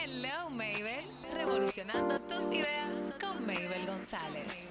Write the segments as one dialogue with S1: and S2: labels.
S1: Hello, Mabel. Revolucionando tus ideas con Mabel González.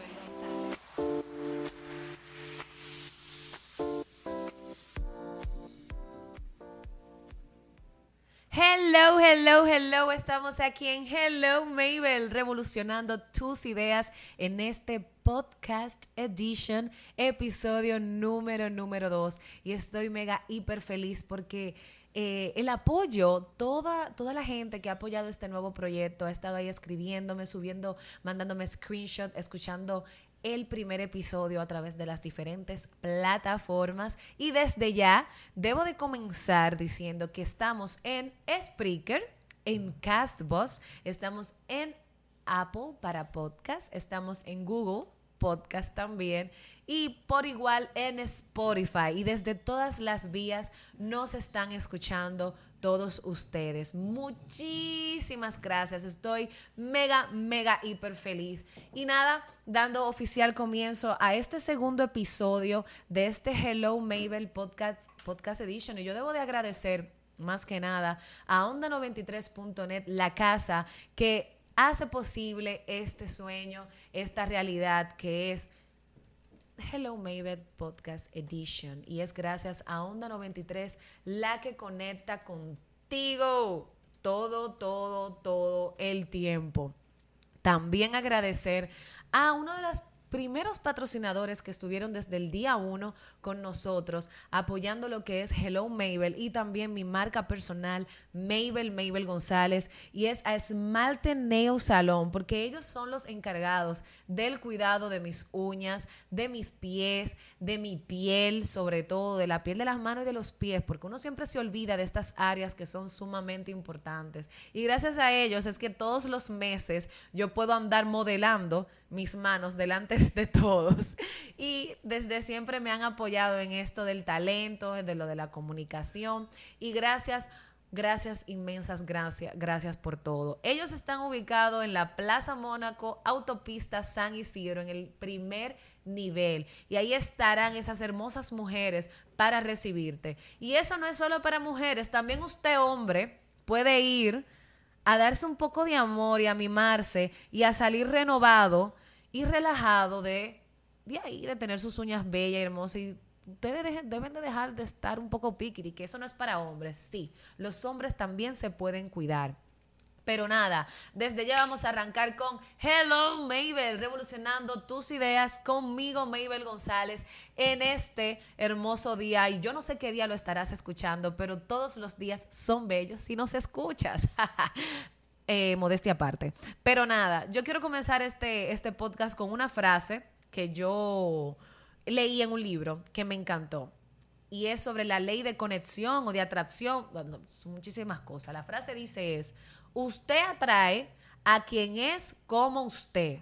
S2: Hello, hello, hello. Estamos aquí en Hello Mabel, revolucionando tus ideas en este podcast edition, episodio número 2. Y estoy mega hiper feliz porque el apoyo, toda la gente que ha apoyado este nuevo proyecto ha estado ahí escribiéndome, subiendo, mandándome screenshot, escuchando el primer episodio a través de las diferentes plataformas. Y desde ya debo de comenzar diciendo que estamos en Spreaker, en Castbox, estamos en Apple para podcast, estamos en Google Podcast también y por igual en Spotify, y desde todas las vías nos están escuchando todos ustedes. Muchísimas gracias, estoy mega hiper feliz. Y nada, dando oficial comienzo a este segundo episodio de este Hello Mabel Podcast Edition. Y yo debo de agradecer más que nada a onda93.net, la casa que hace posible este sueño, esta realidad que es Hello Mabel Podcast Edition. Y es gracias a Onda 93 la que conecta contigo todo el tiempo. También agradecer a uno de los primeros patrocinadores que estuvieron desde el día 1 con nosotros, apoyando lo que es Hello Mabel y también mi marca personal, Mabel González, y es a Esmalte Nail Salon, porque ellos son los encargados del cuidado de mis uñas, de mis pies, de mi piel, sobre todo de la piel de las manos y de los pies, porque uno siempre se olvida de estas áreas que son sumamente importantes. Y gracias a ellos es que todos los meses yo puedo andar modelando mis manos delante de todos, y desde siempre me han apoyado en esto del talento, de lo de la comunicación, y gracias, inmensas gracias por todo. Ellos están ubicados en la Plaza Mónaco, Autopista San Isidro, en el primer nivel, y ahí estarán esas hermosas mujeres para recibirte. Y eso no es solo para mujeres, también usted, hombre, puede ir a darse un poco de amor y a mimarse y a salir renovado y relajado de ahí, de tener sus uñas bellas y hermosas. Y ustedes deben de dejar de estar un poco picky, que eso no es para hombres. Sí, los hombres también se pueden cuidar. Pero nada, desde ya vamos a arrancar con Hello Mabel, revolucionando tus ideas conmigo, Mabel González, en este hermoso día. Y yo no sé qué día lo estarás escuchando, pero todos los días son bellos si nos escuchas. Modestia aparte. Pero nada, yo quiero comenzar este podcast con una frase que yo leí en un libro que me encantó. Y es sobre la ley de conexión o de atracción. Bueno, son muchísimas cosas. La frase dice usted atrae a quien es como usted.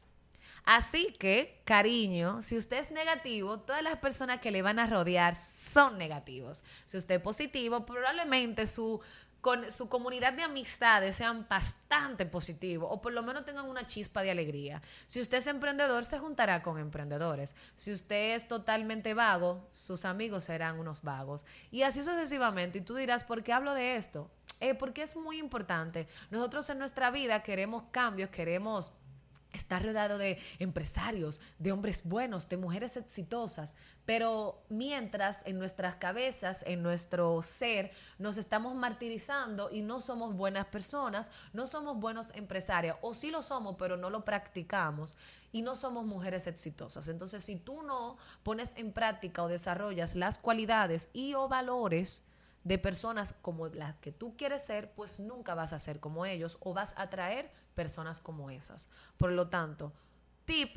S2: Así que, cariño, si usted es negativo, todas las personas que le van a rodear son negativos. Si usted es positivo, probablemente su comunidad de amistades sean bastante positivos, o por lo menos tengan una chispa de alegría. Si usted es emprendedor, se juntará con emprendedores. Si usted es totalmente vago, sus amigos serán unos vagos. Y así sucesivamente. Y tú dirás, ¿por qué hablo de esto? Porque es muy importante. Nosotros en nuestra vida queremos cambios, queremos estar rodeado de empresarios, de hombres buenos, de mujeres exitosas, pero mientras en nuestras cabezas, en nuestro ser, nos estamos martirizando y no somos buenas personas, no somos buenos empresarios, o sí lo somos, pero no lo practicamos, y no somos mujeres exitosas. Entonces, si tú no pones en práctica o desarrollas las cualidades y o valores de personas como las que tú quieres ser, pues nunca vas a ser como ellos o vas a atraer personas como esas. Por lo tanto, tip,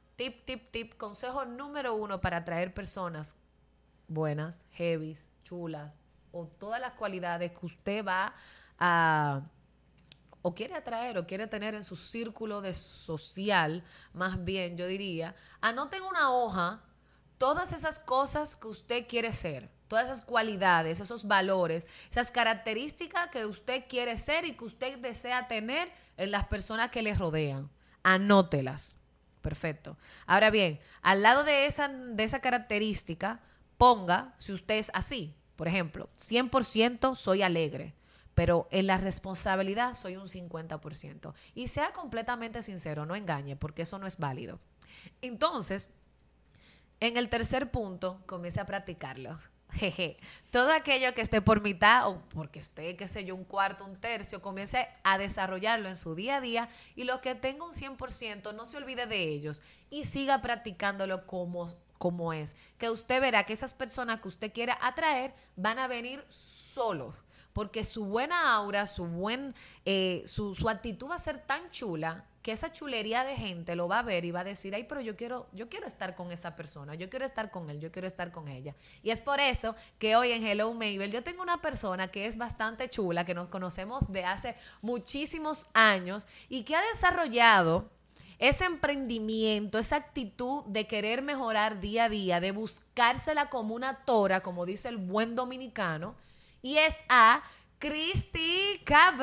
S2: consejo número 1 para atraer personas buenas, heavies, chulas, o todas las cualidades que usted va a o quiere atraer o quiere tener en su círculo de social, más bien yo diría, anote en una hoja todas esas cosas que usted quiere ser, todas esas cualidades, esos valores, esas características que usted quiere ser y que usted desea tener en las personas que le rodean. Anótelas. Perfecto. Ahora bien, al lado de esa característica, ponga, si usted es así, por ejemplo, 100% soy alegre. pero en la responsabilidad soy un 50%. Y sea completamente sincero, no engañe, porque eso no es válido. Entonces, en el tercer punto, comience a practicarlo. Jeje. Todo aquello que esté por mitad o porque esté, qué sé yo, un cuarto, un tercio, comience a desarrollarlo en su día a día y lo que tenga un 100%, no se olvide de ellos y siga practicándolo como es. Que usted verá que esas personas que usted quiera atraer van a venir solos. Porque su buena aura, su actitud va a ser tan chula que esa chulería de gente lo va a ver y va a decir, ay, pero yo quiero estar con esa persona, yo quiero estar con él, yo quiero estar con ella. Y es por eso que hoy en Hello Mabel yo tengo una persona que es bastante chula, que nos conocemos de hace muchísimos años y que ha desarrollado ese emprendimiento, esa actitud de querer mejorar día a día, de buscársela como una tora, como dice el buen dominicano, y es a Cristi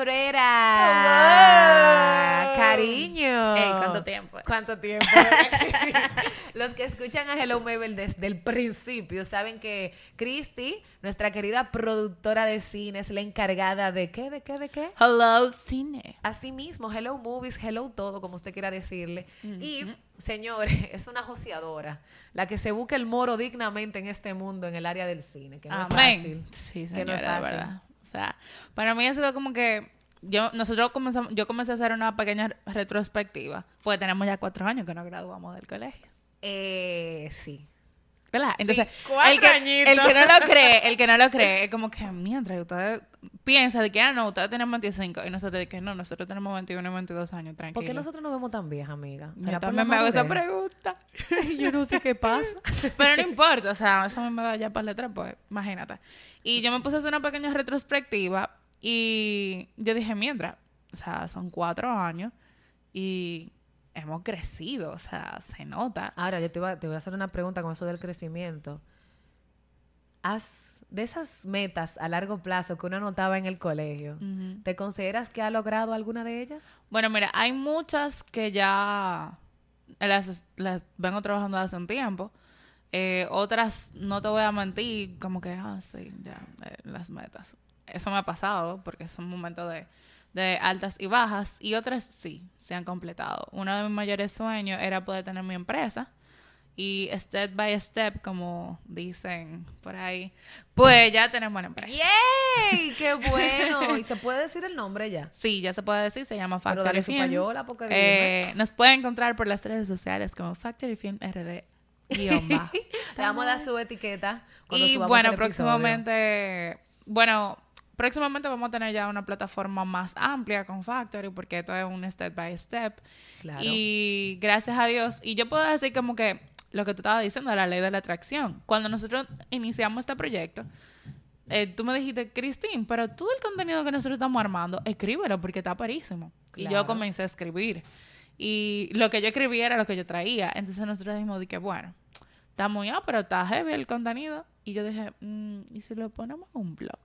S2: Cabrera.
S3: Hello.
S2: Cariño.
S3: Ey, ¿cuánto tiempo?
S2: ¿Cuánto tiempo? Los que escuchan a Hello Mabel desde el principio saben que Cristi, nuestra querida productora de cine, es la encargada de ¿qué? ¿De qué?
S3: Hello, cine.
S2: Así mismo, Hello Movies, Hello todo, como usted quiera decirle. Y, señores, es una joseadora, la que se busca el moro dignamente en este mundo, en el área del cine, que no es fácil.
S3: Sí,
S2: que no
S3: señora,
S2: es
S3: de
S2: fácil.
S3: verdad. O sea, para mí ha sido como que yo comencé a hacer una pequeña retrospectiva, porque tenemos ya 4 años que nos graduamos del colegio.
S2: Sí.
S3: ¿Verdad? Entonces,
S2: Sí, 4
S3: el que
S2: añitos.
S3: no lo cree, es como que mientras ustedes piensan de que, no, ustedes tienen 25 y nosotros de que no, nosotros tenemos 21 y 22 años, tranquilo.
S2: ¿Por qué nosotros nos vemos tan viejas, amiga?
S3: Yo
S2: ¿Será por
S3: también
S2: la
S3: me hago esa
S2: madurez?
S3: pregunta.
S2: Yo no sé qué pasa.
S3: Pero no importa, o sea, esa me da ya para letra, pues, imagínate. Y yo me puse a hacer una pequeña retrospectiva y yo dije, mientras, o sea, son 4 años y hemos crecido, o sea, se nota.
S2: Ahora, yo te voy a hacer una pregunta con eso del crecimiento. De esas metas a largo plazo que uno anotaba en el colegio, ¿te consideras que ha logrado alguna de ellas?
S3: Bueno, mira, hay muchas que ya las vengo trabajando hace un tiempo. Otras, no te voy a mentir, como que, sí, ya, las metas. Eso me ha pasado porque son momentos de altas y bajas. Y otras sí, se han completado. Uno de mis mayores sueños era poder tener mi empresa. Y step by step, como dicen por ahí, pues ya tenemos una empresa.
S2: ¡Yay! ¡Qué bueno! ¿Y se puede decir el nombre ya?
S3: Sí, ya se puede decir, se llama
S2: Pero
S3: Factory
S2: dale su
S3: Film.
S2: payola, porque dime.
S3: Nos pueden encontrar por las redes sociales como Factory Film RD _.
S2: Te vamos a dar su etiqueta cuando
S3: Y
S2: subamos
S3: bueno,
S2: el episodio.
S3: próximamente vamos a tener ya una plataforma más amplia con Factory, porque esto es un step by step.
S2: Claro.
S3: Y gracias a Dios, y yo puedo decir como que lo que tú estabas diciendo, la ley de la atracción. Cuando nosotros iniciamos este proyecto, tú me dijiste, Christine, pero todo el contenido que nosotros estamos armando, escríbelo porque está parísimo.
S2: Claro.
S3: Y yo comencé a escribir. Y lo que yo escribía era lo que yo traía. Entonces nosotros dijimos, que bueno, está muy pero está heavy el contenido. Y yo dije, ¿y si lo ponemos en un blog?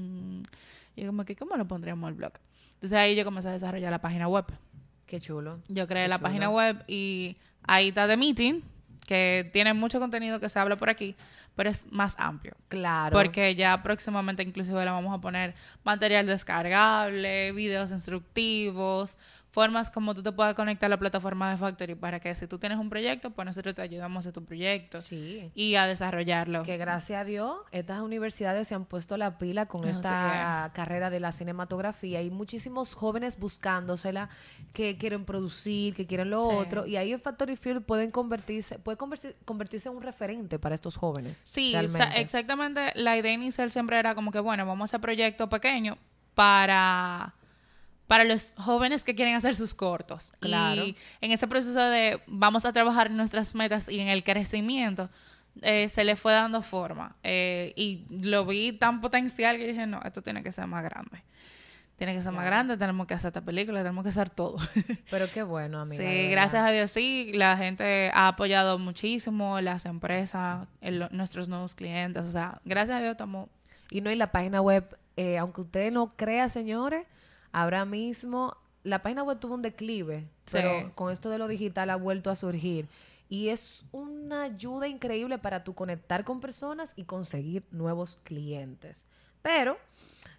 S3: Y yo como que, ¿cómo lo pondríamos en el blog? Entonces ahí yo comencé a desarrollar la página web.
S2: Qué chulo.
S3: Yo creé
S2: Qué
S3: la
S2: chulo.
S3: página web y ahí está The Meeting, que tiene mucho contenido que se habla por aquí, pero es más amplio.
S2: Claro.
S3: Porque ya próximamente inclusive le vamos a poner material descargable, videos instructivos, formas como tú te puedas conectar a la plataforma de Factory para que si tú tienes un proyecto, pues nosotros te ayudamos a hacer tu proyecto
S2: Sí.
S3: y a desarrollarlo.
S2: Que gracias a Dios, estas universidades se han puesto la pila con esta carrera de la cinematografía y muchísimos jóvenes buscándosela que quieren producir, que quieren lo
S3: Sí.
S2: otro. Y ahí en Factory Field puede convertirse en un referente para estos jóvenes.
S3: Sí,
S2: realmente.
S3: exactamente. La idea inicial siempre era como que, bueno, vamos a hacer proyectos pequeños para los jóvenes que quieren hacer sus cortos.
S2: Claro.
S3: Y en ese proceso de vamos a trabajar en nuestras metas y en el crecimiento, se le fue dando forma. Y lo vi tan potencial que dije, no, esto tiene que ser más grande. Tiene que ser más grande, tenemos que hacer esta película, tenemos que hacer todo.
S2: Pero qué bueno, amiga. de
S3: Sí,
S2: verdad.
S3: gracias a Dios, sí. La gente ha apoyado muchísimo, las empresas, nuestros nuevos clientes. O sea, gracias a Dios estamos...
S2: Y no, y la página web, aunque usted no crea, señores, ahora mismo la página web tuvo un declive,
S3: Sí.
S2: pero con esto de lo digital ha vuelto a surgir. Y es una ayuda increíble para tú conectar con personas y conseguir nuevos clientes. Pero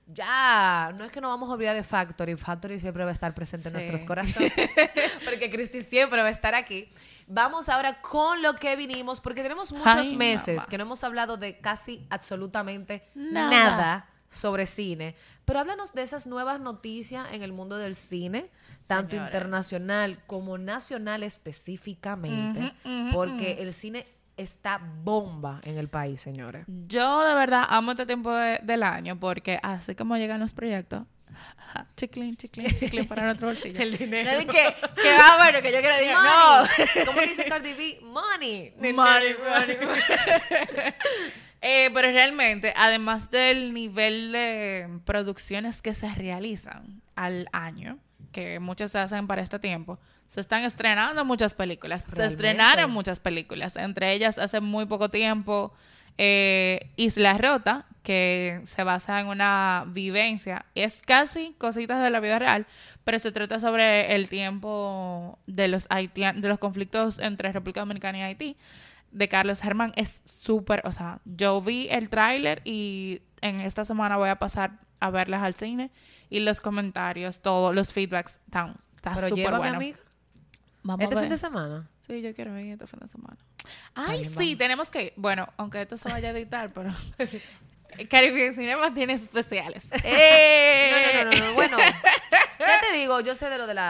S2: ya, no es que nos vamos a olvidar de Factory. Factory siempre va a estar presente en
S3: Sí.
S2: nuestros corazones. Porque Cristi siempre va a estar aquí. Vamos ahora con lo que vinimos, porque tenemos muchos
S3: Ay,
S2: meses
S3: mamá.
S2: que no hemos hablado de casi absolutamente
S3: Nada.
S2: nada sobre cine. Pero háblanos de esas nuevas noticias en el mundo del cine, tanto
S3: Señora.
S2: internacional como nacional específicamente, porque el cine está bomba en el país, señores.
S3: Yo de verdad amo este tiempo del año porque así como llegan los proyectos, chiclín, chiclín, chiclín para nuestro bolsillo.
S2: El dinero.
S3: No, que va bueno, que yo quiero dinero.
S2: Money. ¿Cómo dice Cardi B? Money.
S3: Money, money. Pero realmente, además del nivel de producciones que se realizan al año, que muchas se hacen para este tiempo, se están estrenando muchas películas. Se
S2: Realmente.
S3: estrenaron muchas películas. Entre ellas, hace muy poco tiempo, Isla Rota, que se basa en una vivencia. Es casi cositas de la vida real, pero se trata sobre el tiempo de los conflictos entre República Dominicana y Haití, de Carlos Germán. Es súper, o sea, yo vi el tráiler y en esta semana voy a pasar a verlas al cine y los comentarios, todos los feedbacks, está
S2: Pero
S3: súper
S2: llévame,
S3: bueno.
S2: amiga.
S3: Vamos
S2: Este
S3: a ver.
S2: fin de semana.
S3: Sí, yo quiero ir este fin de semana. Ay,
S2: bien,
S3: sí,
S2: vamos.
S3: tenemos que ir. Bueno, aunque esto se vaya a editar, pero Caribbean Cinema tiene especiales.
S2: No. Bueno, ya te digo, yo sé de lo de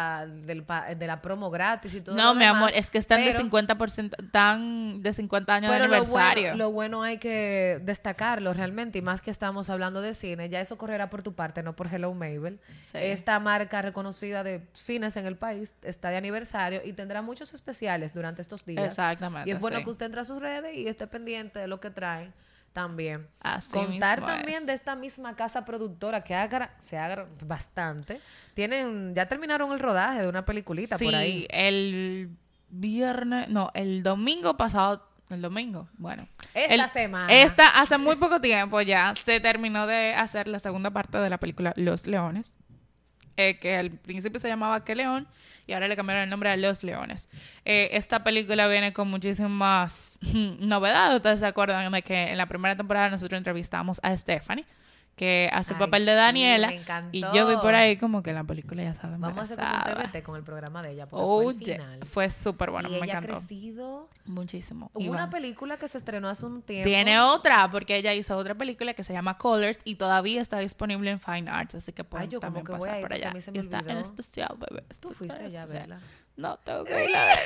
S2: la promo gratis y todo.
S3: No,
S2: lo
S3: mi amor,
S2: demás,
S3: es que están de
S2: pero-
S3: 50%, están de 50 años de
S2: Pero
S3: aniversario.
S2: lo bueno hay que destacarlo realmente, y más que estamos hablando de cine, ya eso correrá por tu parte, no por Hello Mabel.
S3: Sí.
S2: Esta marca reconocida de cines en el país está de aniversario y tendrá muchos especiales durante estos días.
S3: Exactamente,
S2: Y es bueno
S3: sí.
S2: que usted entre a sus redes y esté pendiente de lo que traen también.
S3: Así
S2: Contar
S3: mismo
S2: también
S3: es.
S2: de esta misma casa productora que se haga bastante. Ya terminaron el rodaje de una peliculita
S3: Sí,
S2: por ahí.
S3: el viernes, no, el domingo pasado, bueno.
S2: Semana.
S3: Hace muy poco tiempo ya se terminó de hacer la segunda parte de la película Los Leones, que al principio se llamaba ¿Qué León? Y ahora le cambiaron el nombre a Los Leones. Esta película viene con muchísimas novedades. Ustedes se acuerdan de que en la primera temporada nosotros entrevistamos a Stephanie, que hace el
S2: Ay,
S3: papel de
S2: sí,
S3: Daniela.
S2: me encantó.
S3: Y yo vi por ahí como que la película ya estaba
S2: Vamos a hacer como
S3: embarazada.
S2: un TBT con el programa de ella, porque fue el
S3: Oye,
S2: final.
S3: fue súper bueno,
S2: y
S3: me
S2: ella ha
S3: encantó.
S2: crecido.
S3: Muchísimo.
S2: Hubo
S3: Iván.
S2: una película que se estrenó hace un tiempo.
S3: Tiene otra, porque ella hizo otra película que se llama Colors y todavía está disponible en Fine Arts, así que pueden
S2: yo como
S3: también
S2: que voy
S3: pasar
S2: a ir
S3: por
S2: porque a
S3: allá.
S2: mí se me
S3: Y está en
S2: olvidó.
S3: especial, bebé.
S2: Tú
S3: Está
S2: fuiste
S3: en
S2: allá a
S3: especial.
S2: verla.
S3: No, tengo que ir a ver.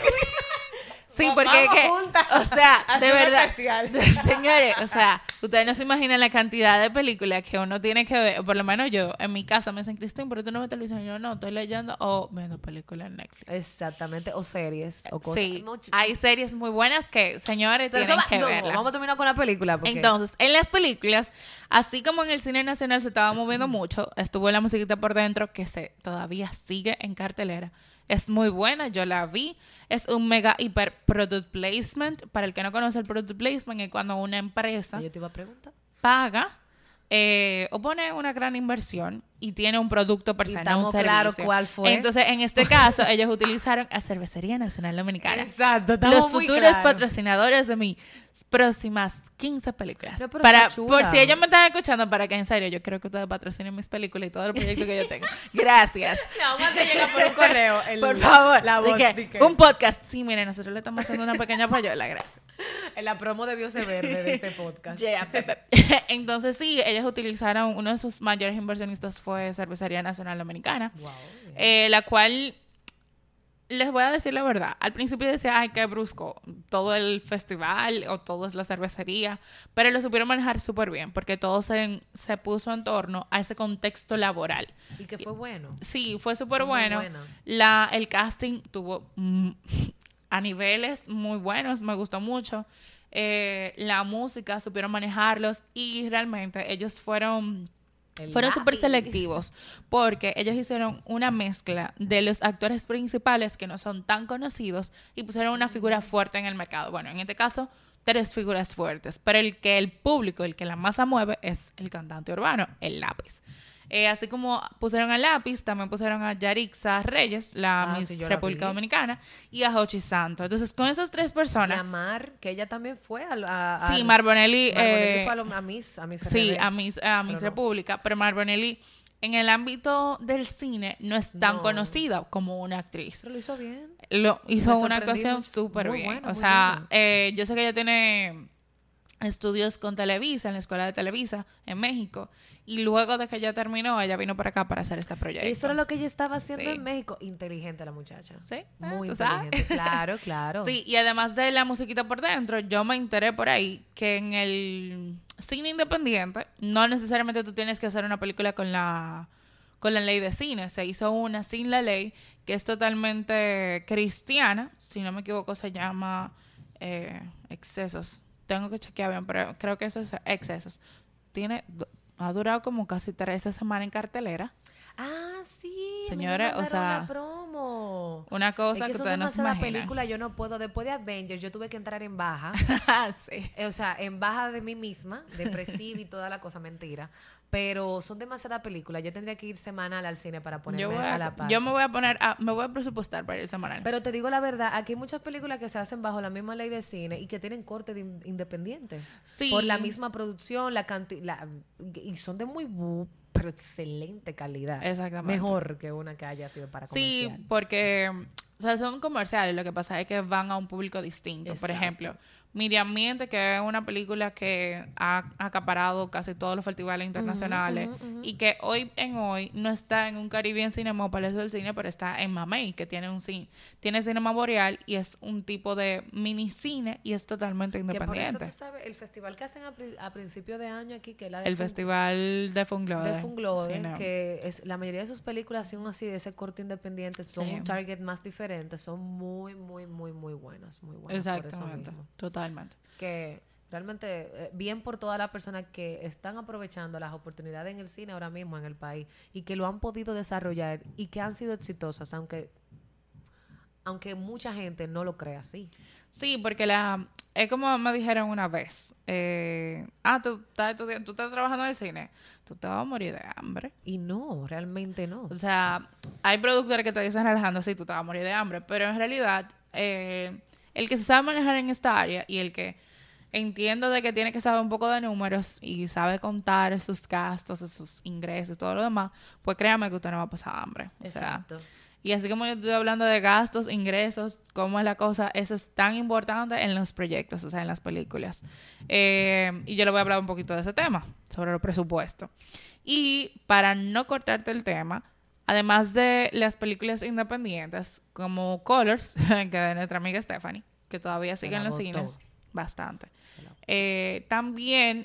S3: Sí, porque es
S2: Vamos
S3: que,
S2: juntas
S3: o sea,
S2: a
S3: de
S2: hacer un
S3: verdad,
S2: especial.
S3: señores, o sea, ustedes no se imaginan la cantidad de películas que uno tiene que ver, por lo menos yo, en mi casa me dicen, Cristín, ¿pero tú no ves televisión? Y yo, no, estoy leyendo o viendo películas en Netflix.
S2: Exactamente, o series, o cosas.
S3: Sí,
S2: Mucho-
S3: hay series muy buenas que, señores,
S2: Pero
S3: tienen
S2: eso
S3: que
S2: no,
S3: verlas.
S2: vamos a terminar con la película. Porque
S3: Entonces, en las películas, así como en el cine nacional se estaba moviendo mucho, estuvo la musiquita por dentro que todavía sigue en cartelera. Es muy buena, yo la vi. Es un mega hiper product placement. Para el que no conoce el product placement, es cuando una empresa
S2: yo te iba a preguntar.
S3: paga o pone una gran inversión y tiene un producto per
S2: Y
S3: se, no un
S2: estamos claros
S3: servicio.
S2: cuál fue.
S3: Entonces, en este caso, ellos utilizaron a Cervecería Nacional Dominicana.
S2: Exacto,
S3: Los futuros patrocinadores de mis próximas 15 películas.
S2: No, pero
S3: Para,
S2: está chula.
S3: por si ellos me están escuchando, para que en serio, yo quiero que ustedes patrocinen mis películas y todo el proyecto que yo tengo. Gracias.
S2: No, más te llega por un correo.
S3: Por favor.
S2: La voz.
S3: de que un podcast. Sí, miren, nosotros le estamos haciendo una pequeña payola, gracias.
S2: En la promo debió ser verde de este podcast.
S3: Yeah, Pepe. Entonces, sí, ellos utilizaron, uno de sus mayores inversionistas fue Cervecería Nacional Dominicana,
S2: Wow.
S3: la cual, les voy a decir la verdad, al principio decía, ay, qué brusco, todo el festival o todo es la cervecería, pero lo supieron manejar súper bien, porque todo se puso en torno a ese contexto laboral.
S2: Y que fue bueno.
S3: Sí, fue súper
S2: Muy
S3: bueno.
S2: bueno.
S3: El casting tuvo a niveles muy buenos, me gustó mucho. La música, supieron manejarlos y realmente ellos fueron súper selectivos porque ellos hicieron una mezcla de los actores principales que no son tan conocidos y pusieron una figura fuerte en el mercado. Bueno, en este caso, 3 figuras fuertes, pero el público, el que la masa mueve es el cantante urbano, el Lápiz. Así como pusieron a Lápiz, también pusieron a Yarixa Reyes, la Miss
S2: sí, yo la
S3: República
S2: vi.
S3: Dominicana, y a Jochi Santo. Entonces, con esas tres personas,
S2: Y a Mar, que ella también fue
S3: sí, Marbonelli,
S2: Marbonelli fue a Miss
S3: sí,
S2: RD.
S3: a Miss
S2: Pero no.
S3: República, pero Marbonelli en el ámbito del cine no es tan
S2: No.
S3: conocida como una actriz.
S2: Pero lo hizo bien.
S3: Lo hizo
S2: Me
S3: una
S2: sorprendí
S3: actuación
S2: muy-
S3: súper
S2: muy
S3: bien.
S2: buena,
S3: O
S2: muy
S3: sea,
S2: buena.
S3: yo sé que ella tiene estudios con Televisa, en la escuela de Televisa, en México. Y luego de que ella terminó, ella vino para acá para hacer este proyecto.
S2: Eso era lo que ella estaba haciendo
S3: Sí.
S2: en México. Inteligente la muchacha.
S3: Sí,
S2: Muy
S3: tú sabes.
S2: inteligente. Claro, claro.
S3: Sí, y además de la musiquita por dentro, yo me enteré por ahí que en el cine independiente no necesariamente tú tienes que hacer una película con la ley de cine. Se hizo una sin la ley que es totalmente cristiana. Si no me equivoco, se llama Excesos. Tengo que chequear bien, pero creo que eso es Excesos. Ha durado como casi 13 semanas en cartelera.
S2: Ah, sí.
S3: Señores, o sea,
S2: la promo.
S3: Una cosa
S2: Es que
S3: que
S2: son
S3: ustedes no se
S2: demasiadas
S3: imaginan.
S2: películas, yo no puedo. Después de Avengers, yo tuve que entrar en baja.
S3: Sí.
S2: O sea, en baja de mí misma, depresiva y toda la cosa, mentira. Pero son demasiadas películas. Yo tendría que ir semanal al cine para ponerme a la par.
S3: Yo me voy a presupuestar para ir semanal.
S2: Pero te digo la verdad, aquí hay muchas películas que se hacen bajo la misma ley de cine y que tienen corte independiente.
S3: Sí.
S2: Por la misma producción, y son de pero excelente calidad.
S3: Exactamente.
S2: Mejor que una que haya sido para
S3: Sí,
S2: comercial.
S3: porque o sea, son comerciales. Lo que pasa es que van a un público distinto. Por
S2: Exacto.
S3: ejemplo, Miriam Miente, que es una película que ha acaparado casi todos los festivales internacionales y que hoy no está en un Caribbean Cinema o Palacio del Cine, pero está en Mamey, que tiene tiene Cinema Boreal y es un tipo de minicine y es totalmente
S2: Que por eso
S3: independiente.
S2: tú sabes, el festival que hacen a principio de año aquí, que es la de
S3: El festival de Funglode.
S2: de Funglode,
S3: Sí, no.
S2: que es la mayoría de sus películas son así de ese corte independiente, son
S3: Sí.
S2: un target más diferente, son muy buenas, muy buenas. Por eso
S3: Exactamente,
S2: mismo.
S3: totalmente.
S2: Que realmente bien por todas las personas que están aprovechando las oportunidades en el cine ahora mismo en el país y que lo han podido desarrollar y que han sido exitosas, aunque mucha gente no lo crea así.
S3: Sí, porque es como me dijeron una vez, tú estás estudiando, tú estás trabajando en el cine, tú te vas a morir de hambre.
S2: Y no, realmente no.
S3: O sea, hay productores que te dicen relajando, sí, tú te vas a morir de hambre, pero en realidad, el que se sabe manejar en esta área y el que entiendo de que tiene que saber un poco de números y sabe contar sus gastos, sus ingresos y todo lo demás, pues créame que usted no va a pasar hambre. O sea,
S2: Exacto.
S3: y así como yo estoy hablando de gastos, ingresos, cómo es la cosa, eso es tan importante en los proyectos, o sea, en las películas. Y yo le voy a hablar un poquito de ese tema, sobre el presupuesto. Y para no cortarte el tema, además de las películas independientes, como Colors, que de nuestra amiga Stephanie, que todavía sigue en los
S2: botó.
S3: cines, bastante. También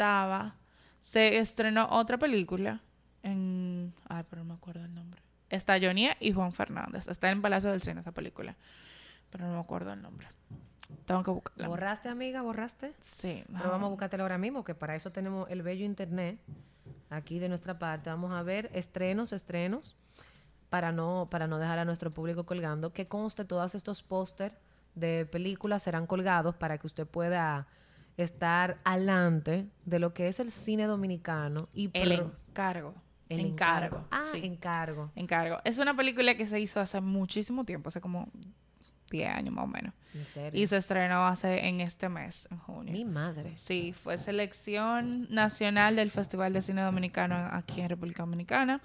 S3: se estrenó otra película pero no me acuerdo el nombre. Está Johnny y Juan Fernández. Está en Palacio del Cine esa película. Pero no me acuerdo el nombre. Tengo que buscarla.
S2: ¿Borraste, amiga? ¿Borraste?
S3: Sí.
S2: Pero vamos a buscártela ahora mismo, que para eso tenemos el bello internet aquí de nuestra parte. Vamos a ver estrenos, para no dejar a nuestro público colgando. Que conste, todos estos póster de películas serán colgados para que usted pueda estar alante de lo que es el cine dominicano. Y
S3: El encargo.
S2: el
S3: encargo.
S2: Ah,
S3: Sí.
S2: encargo.
S3: Encargo. Es una película que se hizo hace muchísimo tiempo, hace como 10 años más o menos.
S2: En serio.
S3: Y se estrenó en este mes, en junio.
S2: Mi madre.
S3: Sí, fue selección nacional del Festival de Cine Dominicano aquí en República Dominicana.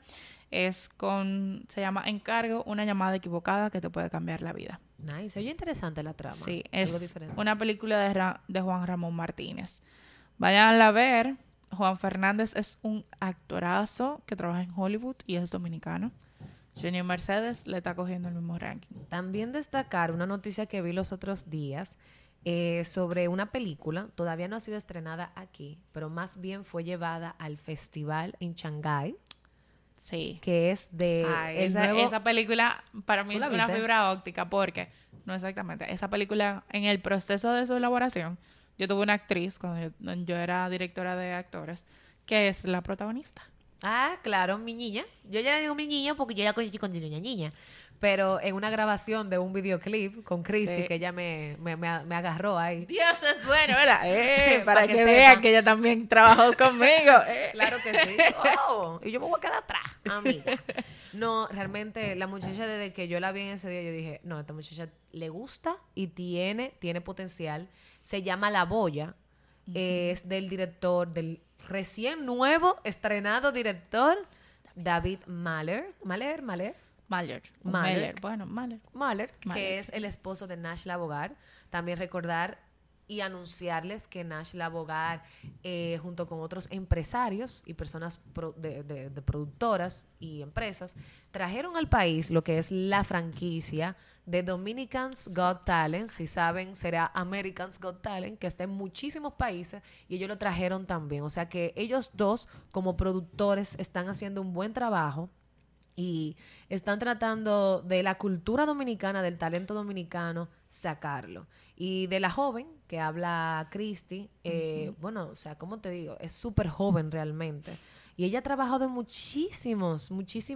S3: Se llama Encargo, una llamada equivocada que te puede cambiar la vida.
S2: Nice. Oye, interesante la trama.
S3: Sí,
S2: Algo
S3: es
S2: diferente.
S3: una película de Juan Ramón Martínez. Vayan a ver. Juan Fernández es un actorazo que trabaja en Hollywood y es dominicano. Junior Mercedes le está cogiendo el mismo ranking.
S2: También destacar una noticia que vi los otros días sobre una película, todavía no ha sido estrenada aquí, pero más bien fue llevada al festival en Shanghái,
S3: Sí.
S2: que es de
S3: Esa película para mí
S2: ¿Tú
S3: es
S2: la
S3: una
S2: viste?
S3: fibra óptica porque, no exactamente, esa película en el proceso de su elaboración, yo tuve una actriz cuando yo era directora de actores, que es la protagonista.
S2: Ah, claro, mi niña. Yo ya le digo mi niña porque yo la conocí cuando era una niña. Pero en una grabación de un videoclip con Christy,
S3: Sí.
S2: que ella me agarró ahí.
S3: Dios es bueno, ¿verdad?
S2: Para
S3: Para
S2: que
S3: que
S2: sepa.
S3: vean que ella también trabajó conmigo.
S2: Claro que sí. Oh, y yo me voy a quedar atrás, amiga. No, realmente la muchacha desde que yo la vi en ese día, yo dije, no, esta muchacha le gusta y tiene potencial. Se llama La Boya. Es del director, del recién nuevo, estrenado director, David Mahler. Mahler.
S3: Mahler.
S2: Mahler.
S3: Bueno, Mahler.
S2: Mahler, que
S3: Mahler,
S2: es el esposo de Nash Labogar. También recordar y anunciarles que Nash Labogar, junto con otros empresarios y personas de productoras y empresas, trajeron al país lo que es la franquicia de Dominicans Got Talent. Si saben, será Americans Got Talent, que está en muchísimos países y ellos lo trajeron también. O sea que ellos dos, como productores, están haciendo un buen trabajo y están tratando de la cultura dominicana, del talento dominicano, sacarlo. Y de la joven que habla Christy, bueno, o sea, ¿cómo te digo? Es súper joven realmente. Y ella ha trabajado en muchísimos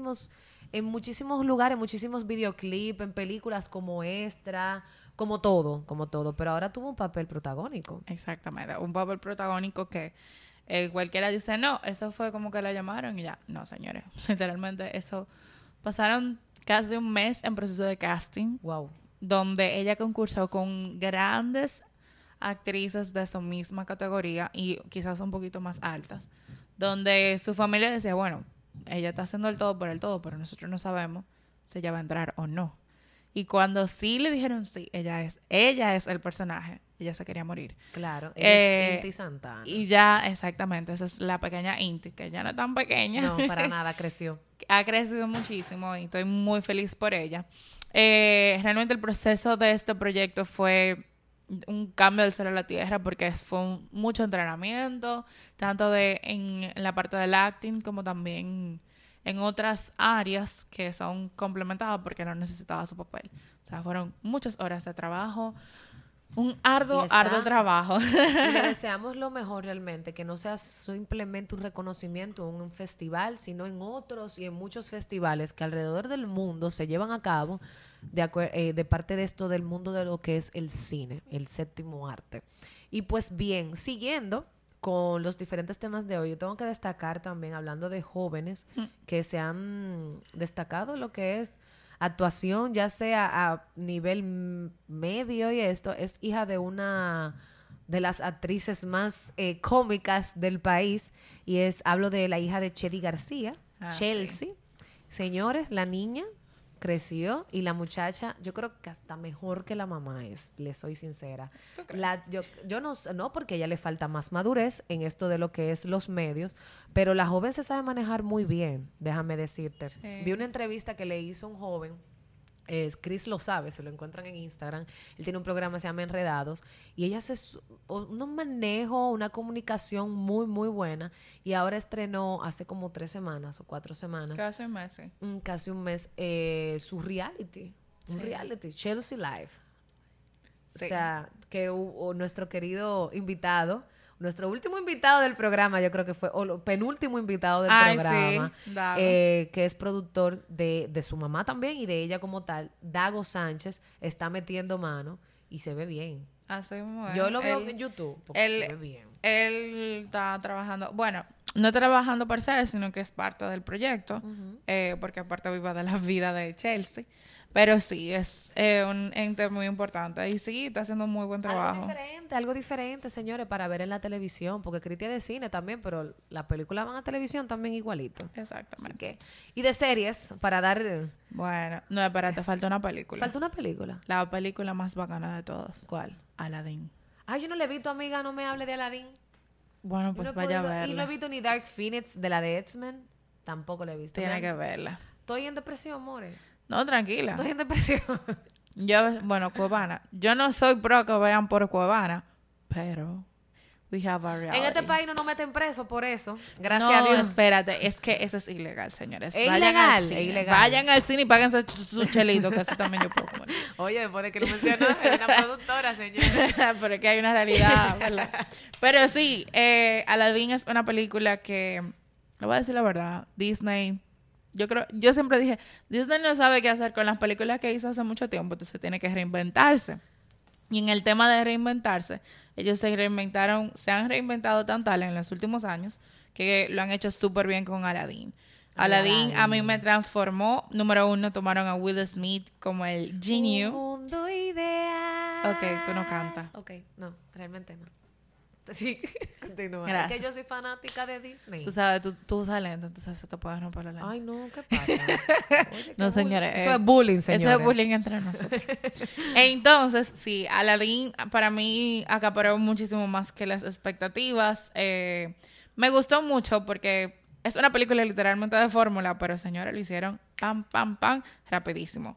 S2: lugares, muchísimos videoclips, en películas como Extra, como todo. Pero ahora tuvo un papel protagónico.
S3: Exactamente. Un papel protagónico que cualquiera dice, no, eso fue como que la llamaron y ya. No, señores. Literalmente eso. Pasaron casi un mes en proceso de casting,
S2: Wow.
S3: donde ella concursó con grandes actrices de su misma categoría y quizás un poquito más altas, donde su familia decía, bueno, ella está haciendo el todo por el todo, pero nosotros no sabemos si ella va a entrar o no. Y cuando sí le dijeron sí, ella es el personaje, ella se quería morir.
S2: Claro, ella es Inti Santana.
S3: Y ya, exactamente, esa es la pequeña Inti, que ya no es tan pequeña.
S2: No, para nada, creció.
S3: Ha crecido muchísimo y estoy muy feliz por ella. Realmente el proceso de este proyecto fue un cambio del cielo a la tierra porque fue mucho entrenamiento, tanto en la parte del acting como también en otras áreas que son complementadas porque no necesitaba su papel. O sea, fueron muchas horas de trabajo, un arduo trabajo.
S2: Y le deseamos lo mejor realmente, que no sea simplemente un reconocimiento en un festival, sino en otros y en muchos festivales que alrededor del mundo se llevan a cabo de parte de esto del mundo de lo que es el cine, el séptimo arte. Y pues bien, siguiendo con los diferentes temas de hoy, yo tengo que destacar también, hablando de jóvenes que se han destacado lo que es actuación, ya sea a nivel medio y esto, es hija de una de las actrices más cómicas del país y hablo de la hija de Chely García, Chelsea.
S3: Sí.
S2: Señores, la niña creció y la muchacha, yo creo que hasta mejor que la mamá le soy sincera.
S3: ¿Tú crees?
S2: Yo no, porque a ella le falta más madurez en esto de lo que es los medios, pero la joven se sabe manejar muy bien, déjame decirte.
S3: Sí.
S2: Vi una entrevista que le hizo un joven, Chris lo sabe, se lo encuentran en Instagram, él tiene un programa que se llama Enredados, y ella hace un manejo, una comunicación muy, muy buena, y ahora estrenó hace como 3 semanas o 4 semanas,
S3: Casi un mes, sí.
S2: casi un mes, su reality, un
S3: Sí.
S2: reality, Chelsea Live.
S3: Sí.
S2: O sea, que nuestro querido invitado, nuestro último invitado del programa, yo creo que fue, o penúltimo invitado del programa,
S3: Sí, Dago.
S2: que es productor de su mamá también y de ella como tal, Dago Sánchez, está metiendo mano y se ve bien.
S3: Así mismo es.
S2: Yo lo veo
S3: Él-
S2: en YouTube porque
S3: él-
S2: se ve bien.
S3: Él está trabajando, bueno, no trabajando per se, sino que es parte del proyecto, porque aparte viva de la vida de Chelsea. Pero sí, es un ente muy importante. Y sí, está haciendo un muy buen trabajo.
S2: Algo diferente, señores, para ver en la televisión, porque Cristi es de cine también, pero las películas van a televisión también igualito. Así
S3: Exactamente.
S2: que, y de series, para dar...
S3: Bueno, no, espérate, falta una película.
S2: Falta una película.
S3: La película más bacana de todas.
S2: ¿Cuál?
S3: Aladdin.
S2: Yo no le he visto, amiga, no me hable de Aladdin.
S3: Bueno,
S2: Yo
S3: pues
S2: no he
S3: vaya a
S2: podido- Y no
S3: verla.
S2: he visto ni Dark Phoenix de la de X-Men. Tampoco la he visto.
S3: Tiene
S2: Vean,
S3: que verla.
S2: Estoy en depresión, more.
S3: No, tranquila.
S2: Estoy en depresión.
S3: Bueno, Cuevana. Yo no soy pro que vean por Cuevana, pero we have a reality.
S2: En este país no nos meten preso por eso. Gracias
S3: No,
S2: a Dios.
S3: espérate, es que eso es ilegal, señores.
S2: Es
S3: Vayan
S2: ilegal,
S3: al cine.
S2: es ilegal.
S3: Vayan al cine y páguense su chelito, que así también yo puedo comer.
S2: Oye, después de que lo mencionó, es una productora, señora.
S3: Pero es que hay una realidad, ¿verdad? Pero sí, Aladdin es una película que le voy a decir la verdad, Disney, yo siempre dije, Disney no sabe qué hacer con las películas que hizo hace mucho tiempo, entonces tiene que reinventarse. Y en el tema de reinventarse, ellos se han reinventado tan tal en los últimos años que lo han hecho súper bien con Aladdin. Aladdin a mí me transformó. Número 1, tomaron a Will Smith como el genio.
S2: Un mundo ideal.
S3: Ok, tú no cantas.
S2: Ok, no, realmente no. Sí, continúa.
S3: Gracias.
S2: Es que yo soy fanática de Disney.
S3: Tú sabes, tú usas lento, entonces se te puede romper la lente.
S2: Ay, no, ¿qué pasa? Oye,
S3: No,
S2: qué
S3: señores,
S2: Eso es bullying, señores.
S3: Eso es bullying entre nosotros. Entonces, sí, Aladdin para mí acaparó muchísimo más que las expectativas. Me gustó mucho porque es una película literalmente de fórmula, pero señores, lo hicieron pam, pam, pam, rapidísimo.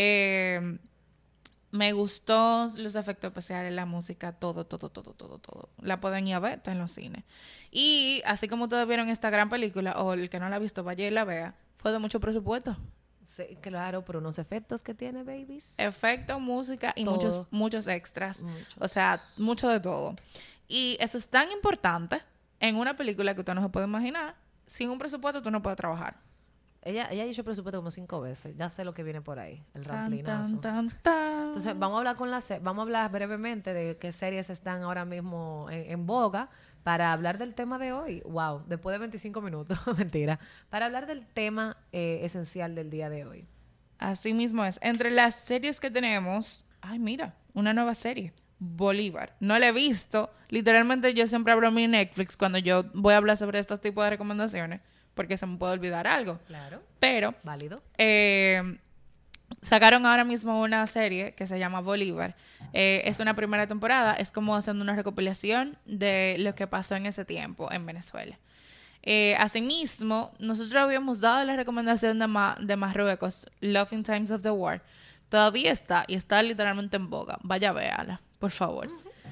S3: Me gustó los efectos especiales, la música, todo. La pueden ir a ver, está en los cines. Y así como ustedes vieron esta gran película, o el que no la ha visto, vaya y la vea, fue de mucho presupuesto.
S2: Sí, claro, pero unos efectos que tiene, babies.
S3: Efecto, música y
S2: Todo.
S3: muchos extras.
S2: Muchos.
S3: O sea, mucho de todo. Y eso es tan importante en una película que usted no se puede imaginar. Sin un presupuesto tú no puedes trabajar.
S2: Ella ha dicho presupuesto como 5 veces. Ya sé lo que viene por ahí. El
S3: Tan,
S2: ramplinazo.
S3: tan.
S2: Entonces, vamos a hablar vamos a hablar brevemente de qué series están ahora mismo en boga para hablar del tema de hoy. Wow, después de 25 minutos, mentira. Para hablar del tema esencial del día de hoy.
S3: Así mismo es. Entre las series que tenemos, ay, mira, una nueva serie, Bolívar. No la he visto. Literalmente yo siempre abro mi Netflix cuando yo voy a hablar sobre estos tipos de recomendaciones, porque se me puede olvidar algo.
S2: Claro.
S3: Pero
S2: Válido.
S3: sacaron ahora mismo una serie que se llama Bolívar. Es una primera temporada. Es como haciendo una recopilación de lo que pasó en ese tiempo en Venezuela. Asimismo, nosotros habíamos dado la recomendación de Marruecos, Love in Times of the War. Todavía está, y está literalmente en boga. Vaya, véala, por favor.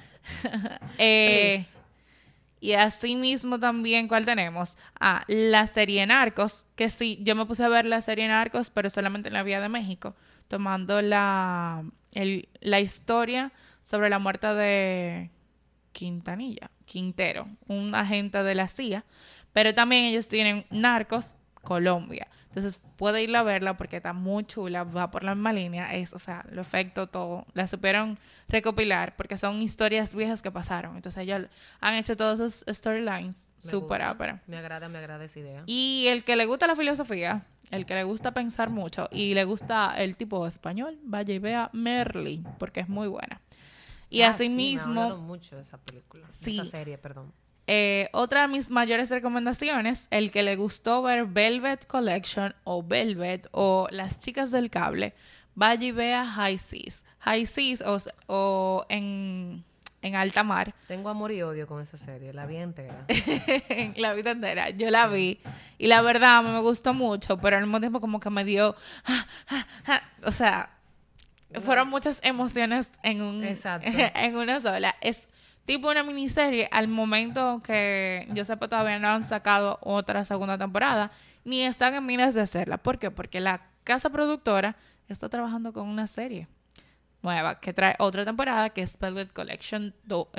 S3: Y asimismo también, ¿cuál tenemos? La serie Narcos, que sí, yo me puse a ver la serie Narcos, pero solamente en la Vía de México, tomando la historia sobre la muerte de Quintero, un agente de la CIA. Pero también ellos tienen Narcos Colombia. Entonces puede irla a verla porque está muy chula, va por la misma línea. O sea, lo efecto, todo. La supieron recopilar porque son historias viejas que pasaron. Entonces ellos han hecho todos esos storylines súper ápera.
S2: Me agrada esa idea.
S3: Y el que le gusta la filosofía, el que le gusta pensar mucho y le gusta el tipo español, vaya y vea Merlí, porque es muy buena. Y asimismo...
S2: Sí, me ha hablado mucho de esa película.
S3: Sí.
S2: Esa serie, perdón.
S3: Otra de mis mayores recomendaciones, el que le gustó ver Velvet Collection o Velvet o Las Chicas del Cable, vaya y vea High Seas. High Seas o en alta mar.
S2: Tengo amor y odio con esa serie, la vi entera.
S3: La vida entera, yo la vi y la verdad me gustó mucho, pero al mismo tiempo como que me dio... o sea, fueron muchas emociones
S2: Exacto.
S3: en una sola. Es tipo una miniserie. Al momento que yo sepa todavía no han sacado otra segunda temporada, ni están en miras de hacerla. ¿Por qué? Porque la casa productora está trabajando con una serie nueva que trae otra temporada, que es Velvet Collection,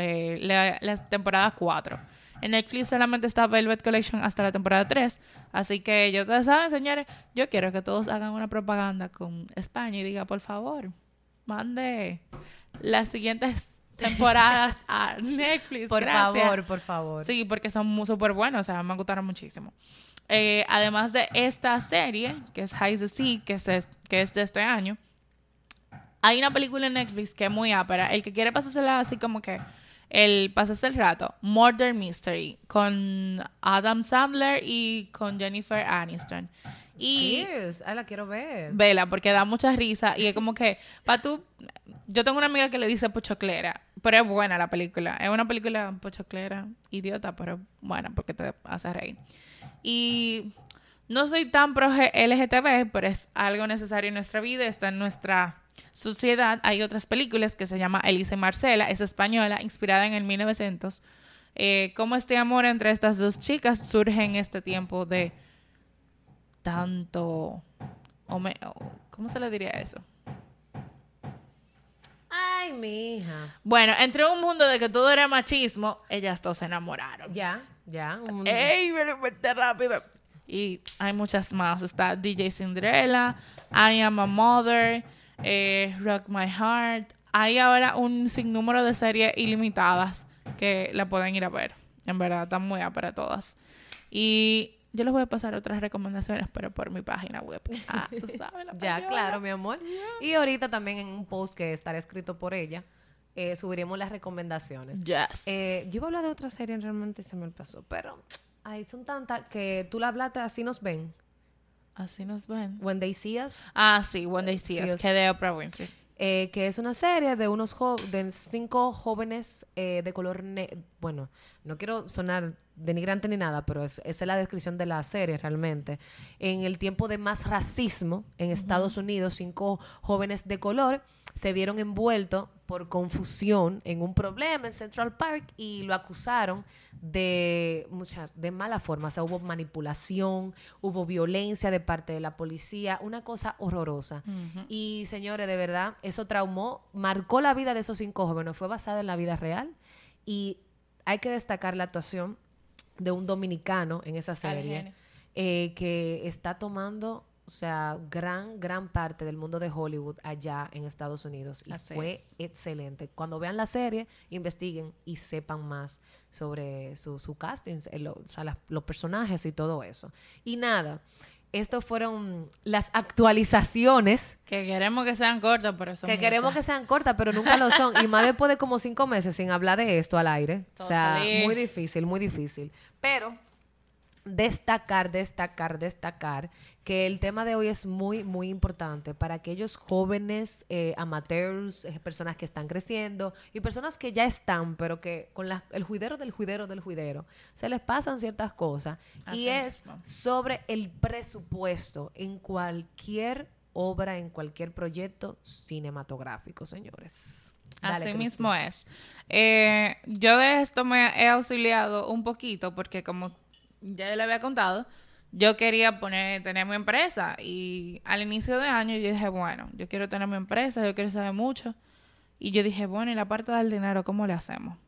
S3: la temporada 4. En Netflix solamente está Velvet Collection hasta la temporada 3. Así que ya ustedes saben, señores, yo quiero que todos hagan una propaganda con España y diga, por favor, mande las siguientes temporadas a Netflix.
S2: Por
S3: gracias.
S2: favor, por favor.
S3: Sí, porque son súper buenos, o sea, me gustaron muchísimo. Además de esta serie, que es High the Sea, que es de este año, hay una película en Netflix que es muy ápera. El que quiere pasársela así como que pasarse el rato, Murder Mystery, con Adam Sandler y con Jennifer Aniston. Y
S2: Cheers. Ay, la quiero ver.
S3: vela, porque da mucha risa y es como que, yo tengo una amiga que le dice pochoclera, pero es buena la película. Es una película pochoclera, idiota, pero buena porque te hace reír. Y no soy tan pro LGTB, pero es algo necesario en nuestra vida, está en nuestra sociedad. Hay otras películas que se llama Elisa y Marcela, es española, inspirada en el 1900. Cómo este amor entre estas dos chicas surge en este tiempo de tanto... ¿Cómo se le diría eso?
S2: Ay, mija.
S3: Bueno, entre un mundo de que todo era machismo, ellas dos se enamoraron.
S2: Ya. Ya.
S3: ¡Ey! Me lo inventé rápido. Y hay muchas más. Está DJ Cinderella, I Am a Mother, Rock My Heart. Hay ahora un sinnúmero de series ilimitadas que la pueden ir a ver. En verdad, están muy para todas. Y yo les voy a pasar otras recomendaciones, pero por mi página web. Tú sabes, la
S2: Ya,
S3: payola.
S2: claro, mi amor. Y ahorita también en un post que estará escrito por ella, subiremos las recomendaciones.
S3: Yes.
S2: Yo iba a hablar de otra serie, realmente se me pasó, pero ay, son tantas que tú la hablaste, así nos ven.
S3: Así nos ven.
S2: When They See Us.
S3: Sí, When They See Us,
S2: Us.
S3: que de Oprah Winfrey.
S2: Que es una serie de de 5 jóvenes de color bueno, no quiero sonar denigrante ni nada, pero esa es la descripción de la serie realmente. En el tiempo de más racismo en Estados Unidos, 5 jóvenes de color se vieron envueltos por confusión en un problema en Central Park y lo acusaron de mala forma. O sea, hubo manipulación, hubo violencia de parte de la policía, una cosa horrorosa. Y señores, de verdad, eso traumó, marcó la vida de esos 5 jóvenes, fue basada en la vida real y hay que destacar la actuación de un dominicano en esa serie que está tomando, o sea, gran parte del mundo de Hollywood allá en Estados Unidos. Y fue excelente. Cuando vean la serie, investiguen y sepan más sobre su casting, o sea, los personajes y todo eso. Y nada, estos fueron las actualizaciones.
S3: Que queremos que sean cortas, pero son
S2: Que queremos que sean cortas, pero nunca lo son. Y más después de como 5 meses sin hablar de esto al aire. O sea, muy difícil, muy difícil. Pero destacar que el tema de hoy es muy importante para aquellos jóvenes amateurs, personas que están creciendo y personas que ya están, pero que con el juidero del juidero se les pasan ciertas cosas.
S3: Así
S2: y es
S3: mismo.
S2: sobre el presupuesto en cualquier obra, en cualquier proyecto cinematográfico, señores. Dale,
S3: Así
S2: Cristi.
S3: mismo es. Yo de esto me he auxiliado un poquito porque como ya le había contado, yo quería tener mi empresa y al inicio de año yo dije, bueno, yo quiero tener mi empresa, yo quiero saber mucho y yo dije, bueno, y la parte del dinero, ¿cómo le hacemos?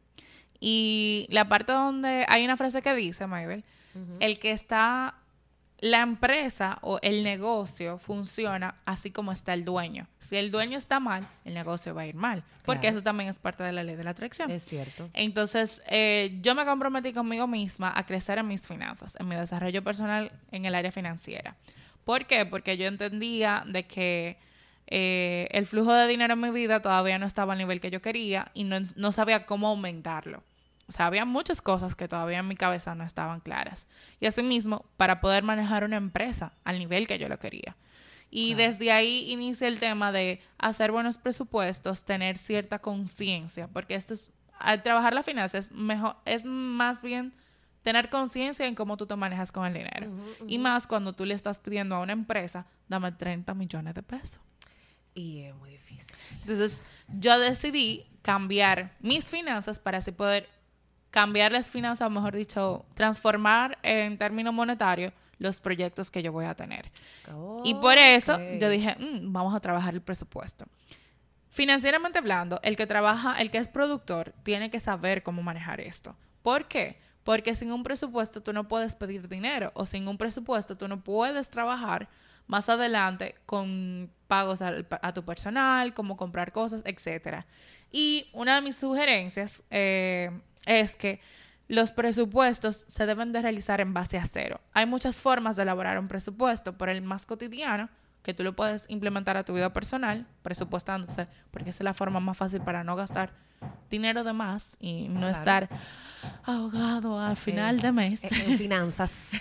S3: Y la parte donde hay una frase que dice, Mabel, el que está, la empresa o el negocio funciona así como está el dueño. Si el dueño está mal, el negocio va a ir mal. Porque
S2: Claro.
S3: eso también es parte de la ley de la atracción.
S2: Es cierto.
S3: Entonces, yo me comprometí conmigo misma a crecer en mis finanzas, en mi desarrollo personal en el área financiera. ¿Por qué? Porque yo entendía de que el flujo de dinero en mi vida todavía no estaba al nivel que yo quería y no sabía cómo aumentarlo. O sea, había muchas cosas que todavía en mi cabeza no estaban claras. Y asimismo, para poder manejar una empresa al nivel que yo lo quería. Y desde ahí inicia el tema de hacer buenos presupuestos, tener cierta conciencia, porque esto es, al trabajar la finanza es más bien tener conciencia en cómo tú te manejas con el dinero. Y más cuando tú le estás pidiendo a una empresa, dame 30 millones de pesos.
S2: Y es muy difícil.
S3: Entonces, yo decidí cambiar mis finanzas para así poder cambiar las finanzas, o mejor dicho, transformar en términos monetarios los proyectos que yo voy a tener. Y por eso yo dije, vamos a trabajar el presupuesto. Financieramente hablando, el que es productor, tiene que saber cómo manejar esto. ¿Por qué? Porque sin un presupuesto tú no puedes pedir dinero o sin un presupuesto tú no puedes trabajar más adelante con pagos a tu personal, como comprar cosas, etcétera. Y una de mis sugerencias es que los presupuestos se deben de realizar en base a cero. Hay muchas formas de elaborar un presupuesto, pero el más cotidiano, que tú lo puedes implementar a tu vida personal, presupuestándose, porque esa es la forma más fácil para no gastar dinero de más y no estar ahogado al final de mes.
S2: En finanzas.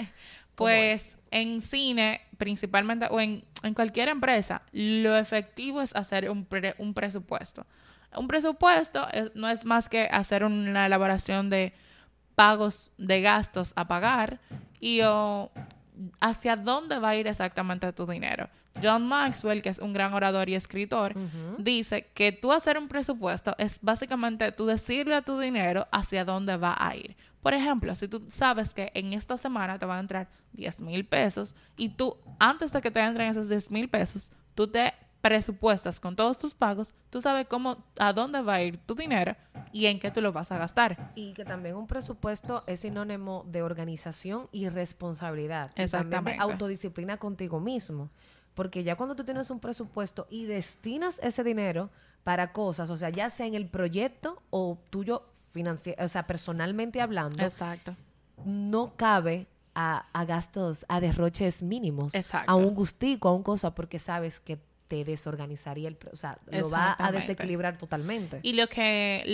S3: Pues en cine, principalmente, o en cualquier empresa, lo efectivo es hacer un presupuesto. Un presupuesto no es más que hacer una elaboración de pagos, de gastos a pagar y hacia dónde va a ir exactamente tu dinero. John Maxwell, que es un gran orador y escritor, dice que tú hacer un presupuesto es básicamente tú decirle a tu dinero hacia dónde va a ir. Por ejemplo, si tú sabes que en esta semana te van a entrar 10,000 pesos y tú, antes de que te entren esos 10,000 pesos, tú te presupuestas con todos tus pagos, tú sabes a dónde va a ir tu dinero y en qué tú lo vas a gastar.
S2: Y que también un presupuesto es sinónimo de organización y responsabilidad. Y también
S3: Exactamente.
S2: de autodisciplina contigo mismo. Porque ya cuando tú tienes un presupuesto y destinas ese dinero para cosas, o sea, ya sea en el proyecto o tuyo o sea, personalmente hablando,
S3: Exacto.
S2: no cabe a gastos, a derroches mínimos,
S3: Exacto.
S2: a un gustico, a un cosa, porque sabes que te desorganizaría o sea, lo va a
S3: Exactamente.
S2: desequilibrar totalmente.
S3: Y lo que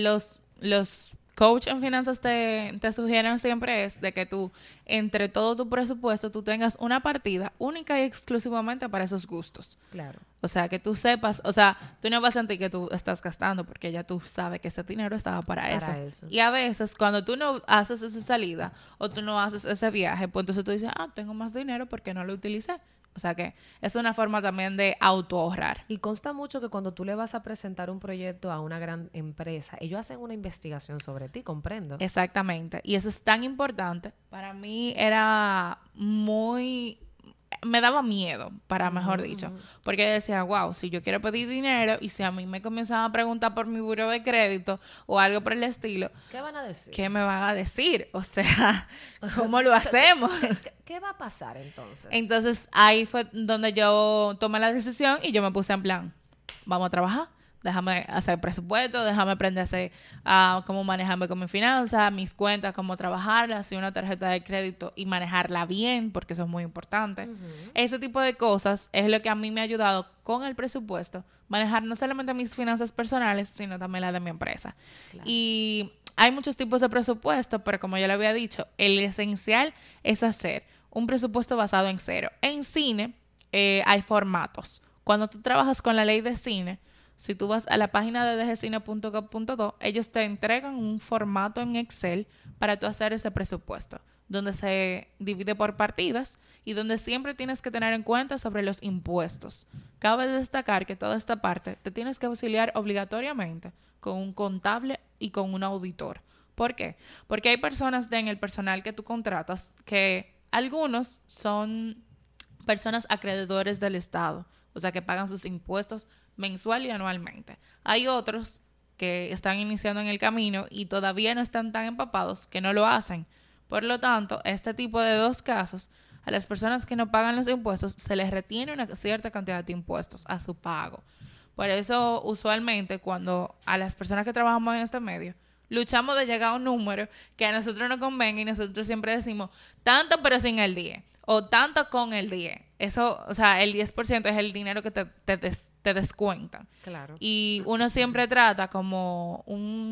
S3: los coach en finanzas te sugieren siempre es de que tú, entre todo tu presupuesto, tú tengas una partida única y exclusivamente para esos gustos.
S2: Claro.
S3: O sea, que tú sepas, o sea, tú no vas a sentir que tú estás gastando porque ya tú sabes que ese dinero estaba para eso. Y a veces, cuando tú no haces esa salida o tú no haces ese viaje, pues entonces tú dices, tengo más dinero porque no lo utilicé. O sea que es una forma también de autoahorrar.
S2: Y consta mucho que cuando tú le vas a presentar un proyecto a una gran empresa, ellos hacen una investigación sobre ti, comprendo.
S3: Exactamente. Y eso es tan importante. Para mí era muy... Me daba miedo, para mejor dicho. Porque yo decía, wow, si yo quiero pedir dinero y si a mí me comienzan a preguntar por mi buro de crédito o algo por el estilo,
S2: ¿Qué van a decir?
S3: ¿qué me van a decir? O sea, ¿cómo lo hacemos?
S2: ¿Qué va a pasar entonces?
S3: Entonces, ahí fue donde yo tomé la decisión y yo me puse en plan, vamos a trabajar. Déjame hacer presupuesto, déjame aprender a hacer cómo manejarme con mis finanzas, mis cuentas, cómo trabajarlas, hacer una tarjeta de crédito y manejarla bien, porque eso es muy importante. Ese tipo de cosas es lo que a mí me ha ayudado con el presupuesto, manejar no solamente mis finanzas personales, sino también las de mi empresa. Claro. Y hay muchos tipos de presupuesto, pero como ya lo había dicho, el esencial es hacer un presupuesto basado en cero. En cine hay formatos. Cuando tú trabajas con la ley de cine, si tú vas a la página de dgcine.gov.do, ellos te entregan un formato en Excel para tú hacer ese presupuesto, donde se divide por partidas y donde siempre tienes que tener en cuenta sobre los impuestos. Cabe destacar que toda esta parte te tienes que auxiliar obligatoriamente con un contable y con un auditor. ¿Por qué? Porque hay personas en el personal que tú contratas que algunos son personas acreedores del Estado, o sea, que pagan sus impuestos mensual y anualmente. Hay otros que están iniciando en el camino y todavía no están tan empapados que no lo hacen. Por lo tanto, este tipo de dos casos, a las personas que no pagan los impuestos se les retiene una cierta cantidad de impuestos a su pago. Por eso, usualmente, cuando a las personas que trabajamos en este medio, luchamos de llegar a un número que a nosotros nos convenga y nosotros siempre decimos tanto pero sin el 10 o tanto con el 10. Eso, o sea, el 10% es el dinero que te descuentan.
S2: Claro.
S3: Y uno siempre trata como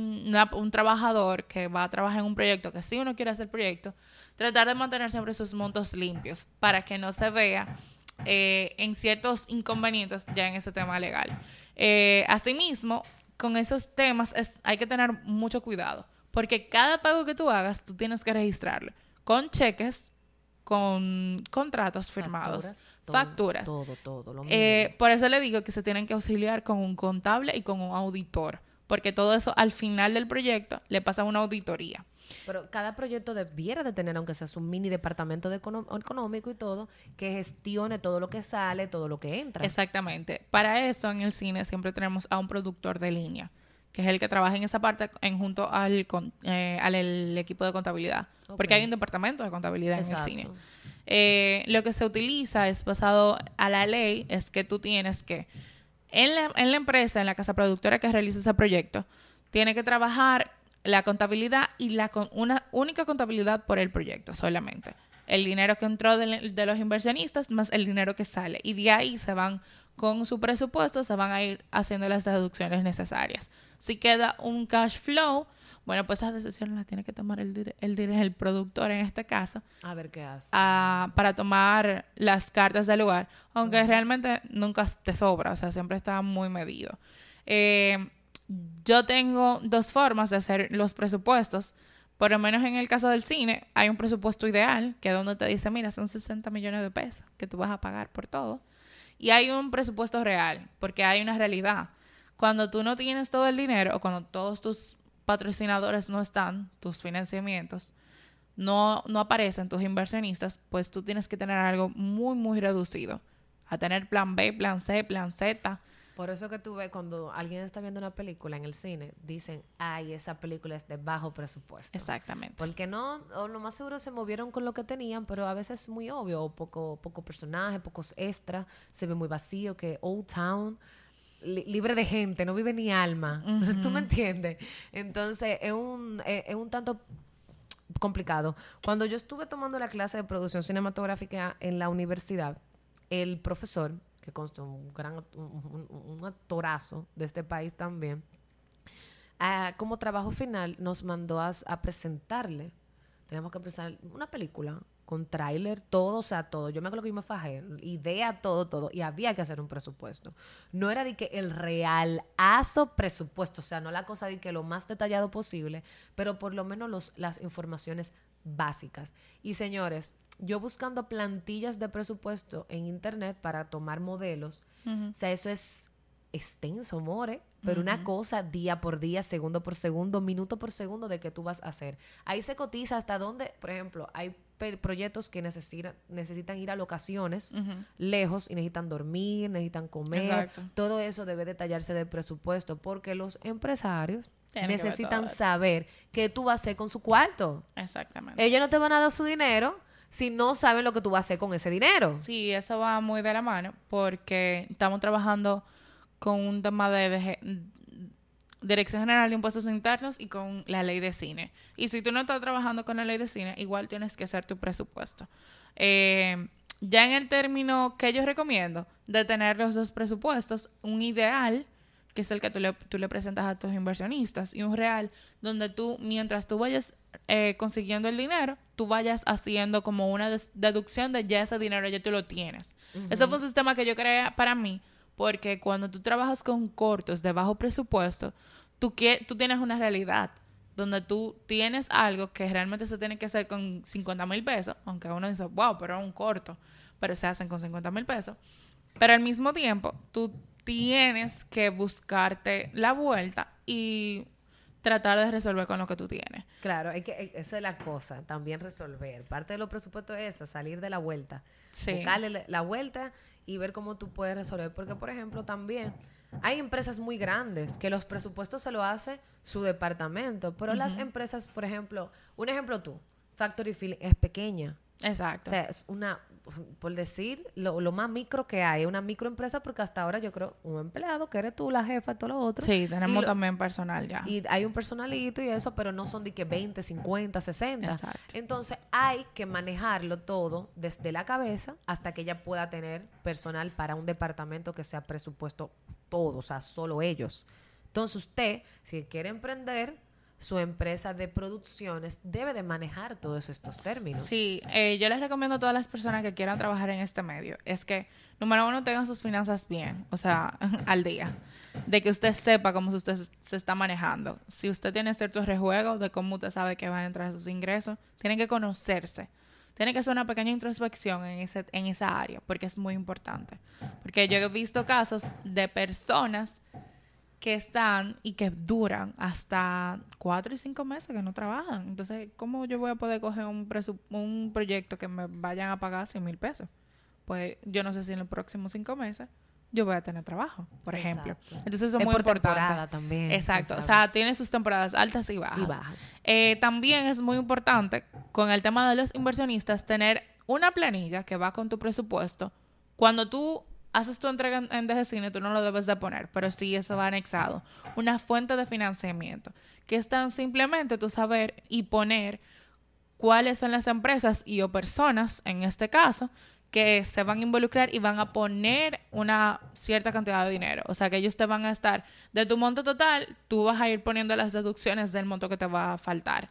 S3: un trabajador que va a trabajar en un proyecto, que si uno quiere hacer proyecto, tratar de mantener siempre sus montos limpios para que no se vea en ciertos inconvenientes ya en ese tema legal. Asimismo, con esos temas hay que tener mucho cuidado, porque cada pago que tú hagas, tú tienes que registrarlo con cheques, con contratos firmados, facturas.
S2: Todo. Lo mismo.
S3: Por eso le digo que se tienen que auxiliar con un contable y con un auditor, porque todo eso al final del proyecto le pasa una auditoría.
S2: Pero cada proyecto debiera de tener, aunque sea un mini departamento económico y todo, que gestione todo lo que sale, todo lo que entra.
S3: Exactamente. Para eso en el cine siempre tenemos a un productor de línea, que es el que trabaja en esa parte junto al equipo de contabilidad. Okay. Porque hay un departamento de contabilidad Exacto. en el cine. Lo que se utiliza es basado a la ley, es que tú tienes que, en la empresa, en la casa productora que realiza ese proyecto, tiene que trabajar la contabilidad y una única contabilidad por el proyecto solamente. El dinero que entró de los inversionistas más el dinero que sale. Y de ahí se van con su presupuesto, se van a ir haciendo las deducciones necesarias. Si queda un cash flow, bueno, pues esas decisiones las tiene que tomar el productor en este caso.
S2: A ver qué hace.
S3: Para tomar las cartas del lugar. Aunque realmente nunca te sobra, o sea, siempre está muy medido. Yo tengo dos formas de hacer los presupuestos. Por lo menos en el caso del cine, hay un presupuesto ideal, que es donde te dice, mira, son 60 millones de pesos que tú vas a pagar por todo. Y hay un presupuesto real, porque hay una realidad. Cuando tú no tienes todo el dinero, o cuando todos tus patrocinadores no están, tus financiamientos, no aparecen tus inversionistas, pues tú tienes que tener algo muy, muy reducido. A tener plan B, plan C, plan Z,
S2: Por eso que tú ves cuando alguien está viendo una película en el cine, dicen, ay, esa película es de bajo presupuesto.
S3: Exactamente.
S2: Porque no, o lo más seguro se movieron con lo que tenían, pero a veces es muy obvio, o poco personaje, pocos extras, se ve muy vacío, que Old Town, libre de gente, no vive ni alma. ¿Tú me entiendes? Entonces, es un tanto complicado. Cuando yo estuve tomando la clase de producción cinematográfica en la universidad, el profesor, que consta un actorazo de este país también, como trabajo final nos mandó a presentarle. Teníamos que presentar una película con tráiler, todo, o sea, todo. Yo me acuerdo que yo me fajé, idea, todo, y había que hacer un presupuesto. No era de que el realazo presupuesto, o sea, no la cosa de que lo más detallado posible, pero por lo menos las informaciones básicas. Y señores, yo buscando plantillas de presupuesto en internet para tomar modelos, o sea, eso es extenso, more, pero una cosa día por día, segundo por segundo, minuto por segundo de que tú vas a hacer. Ahí se cotiza hasta donde, por ejemplo, hay proyectos que necesitan ir a locaciones lejos y necesitan dormir, necesitan comer.
S3: Exacto.
S2: Todo eso debe detallarse del presupuesto porque los empresarios
S3: Tienen que ver
S2: necesitan
S3: todo eso.
S2: saber qué tú vas a hacer con su cuarto.
S3: Exactamente.
S2: Ellos no te van a dar su dinero si no saben lo que tú vas a hacer con ese dinero.
S3: Sí, eso va muy de la mano porque estamos trabajando con un tema de Dirección General de Impuestos Internos y con la ley de cine. Y si tú no estás trabajando con la ley de cine, igual tienes que hacer tu presupuesto. Ya en el término que yo recomiendo de tener los dos presupuestos, un ideal, que es el que tú le presentas a tus inversionistas, y un real, donde tú, mientras tú vayas consiguiendo el dinero, tú vayas haciendo como una deducción de ya ese dinero ya tú lo tienes. Ese fue un sistema que yo creé para mí, porque cuando tú trabajas con cortos de bajo presupuesto, tú tienes una realidad donde tú tienes algo que realmente se tiene que hacer con 50,000 pesos, aunque uno dice, wow, pero es un corto, pero se hacen con 50,000 pesos. Pero al mismo tiempo, tú tienes que buscarte la vuelta y tratar de resolver con lo que tú tienes.
S2: Claro, esa es la cosa, también resolver. Parte de los presupuestos es esa, salir de la vuelta.
S3: Sí.
S2: Buscarle la vuelta y ver cómo tú puedes resolver. Porque, por ejemplo, también hay empresas muy grandes que los presupuestos se lo hace su departamento. Pero las empresas, por ejemplo, un ejemplo tú, Factory Filling es pequeña.
S3: Exacto.
S2: O sea, es una, por decir, lo más micro que hay, una microempresa, porque hasta ahora yo creo un empleado, que eres tú, la jefa, todo lo otro.
S3: Sí, tenemos también personal ya.
S2: Y hay un personalito y eso, pero no son de que 20, 50, 60.
S3: Exacto.
S2: Entonces hay que manejarlo todo desde la cabeza hasta que ella pueda tener personal para un departamento que sea presupuesto todo, o sea, solo ellos. Entonces usted, si quiere emprender su empresa de producciones, debe de manejar todos estos términos.
S3: Sí, yo les recomiendo a todas las personas que quieran trabajar en este medio, es que, número uno, tengan sus finanzas bien, o sea, al día. De que usted sepa cómo usted se está manejando. Si usted tiene ciertos rejuegos de cómo usted sabe que van a entrar sus ingresos, tiene que conocerse. Tiene que hacer una pequeña introspección en esa área, porque es muy importante. Porque yo he visto casos de personas que están y que duran hasta 4 y 5 meses que no trabajan. Entonces, ¿cómo yo voy a poder coger un proyecto que me vayan a pagar 100,000 pesos? Pues yo no sé si en los próximos 5 meses yo voy a tener trabajo, por ejemplo. Entonces, eso es muy
S2: por
S3: importante.
S2: temporada también.
S3: Exacto. O
S2: ¿sabes?
S3: sea, tiene sus temporadas altas y bajas. También es muy importante, con el tema de los inversionistas, tener una planilla que va con tu presupuesto. Cuando tú haces tu entrega en DGCine, tú no lo debes de poner, pero sí eso va anexado. Una fuente de financiamiento, que es tan simplemente tú saber y poner cuáles son las empresas y o personas, en este caso, que se van a involucrar y van a poner una cierta cantidad de dinero. O sea, que ellos te van a estar, de tu monto total, tú vas a ir poniendo las deducciones del monto que te va a faltar.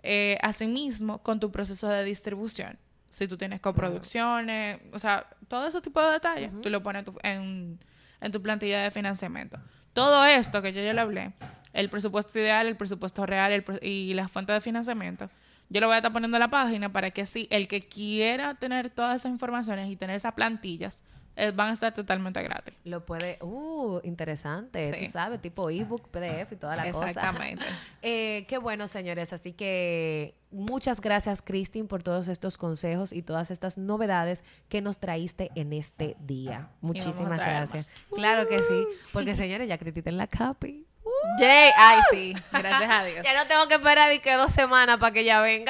S3: Asimismo, con tu proceso de distribución. Si tú tienes coproducciones, o sea, todo ese tipo de detalles, tú lo pones en tu plantilla de financiamiento. Todo esto que yo ya le hablé, el presupuesto ideal, el presupuesto real y la fuente de financiamiento, yo lo voy a estar poniendo en la página para que así el que quiera tener todas esas informaciones y tener esas plantillas van a estar totalmente gratis.
S2: Lo puede, interesante,
S3: Sí.
S2: tú sabes, tipo ebook, PDF y toda la cosa.
S3: Exactamente.
S2: Qué bueno, señores, así que muchas gracias, Christine, por todos estos consejos y todas estas novedades que nos traíste en este día. Muchísimas
S3: traer
S2: gracias. Claro que sí, porque señores, ya Cristi está en la capi.
S3: Yay, ay sí, gracias a Dios.
S2: Ya no tengo que esperar ni que 2 semanas para que ella venga.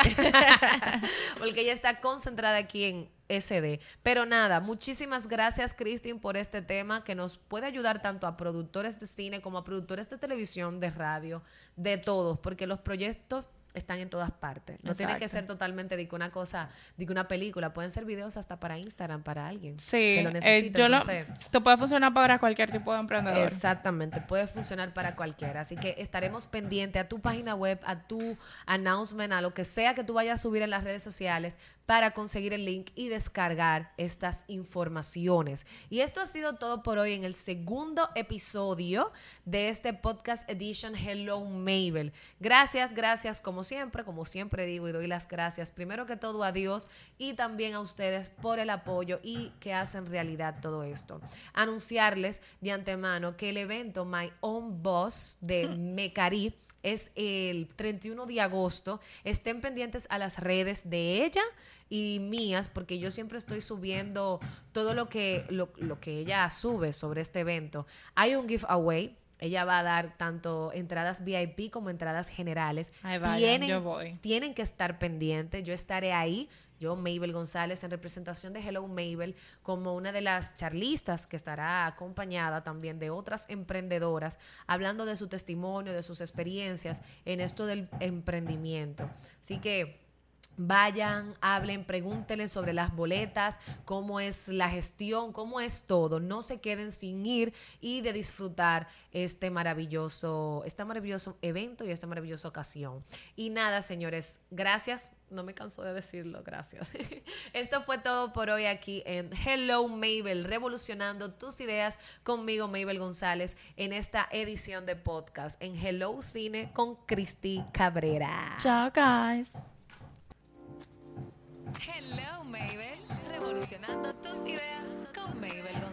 S2: Porque ella está concentrada aquí en SD. Pero nada, muchísimas gracias, Christine, por este tema que nos puede ayudar tanto a productores de cine como a productores de televisión, de radio, de todos, porque los proyectos están en todas partes. No tiene que
S3: Exacto.
S2: ser totalmente de que una cosa, de que una película. Pueden ser videos hasta para Instagram, para alguien
S3: Sí,
S2: que lo necesite. Entonces,
S3: te puede funcionar para cualquier tipo de emprendedor.
S2: exactamente, puede funcionar para cualquiera. Así que estaremos pendientes a tu página web, a tu announcement, a lo que sea que tú vayas a subir en las redes sociales para conseguir el link y descargar estas informaciones. Y esto ha sido todo por hoy en el segundo episodio de este podcast edition Hello Mabel. Gracias, como siempre digo y doy las gracias primero que todo a Dios y también a ustedes por el apoyo y que hacen realidad todo esto. Anunciarles de antemano que el evento My Own Boss de Mecari es el 31 de agosto. Estén pendientes a las redes de ella y mías, porque yo siempre estoy subiendo todo lo que ella sube sobre este evento. Hay un giveaway. Ella va a dar tanto entradas VIP como entradas generales.
S3: Ay, vayan, yo voy.
S2: Tienen que estar pendientes. Yo estaré ahí. Yo, Mabel González, en representación de Hello Mabel, como una de las charlistas que estará acompañada también de otras emprendedoras, hablando de su testimonio, de sus experiencias en esto del emprendimiento. Así que vayan, hablen, pregúntenle sobre las boletas, cómo es la gestión, cómo es todo. No se queden sin ir y de disfrutar este maravilloso evento y esta maravillosa ocasión. Y nada, señores, gracias. No me canso de decirlo, gracias. Esto fue todo por hoy aquí en Hello Mabel, revolucionando tus ideas conmigo, Mabel González, en esta edición de podcast en Hello Cine con Cristi Cabrera.
S3: Chao, guys.
S1: Hello Mabel, revolucionando tus ideas con Mabel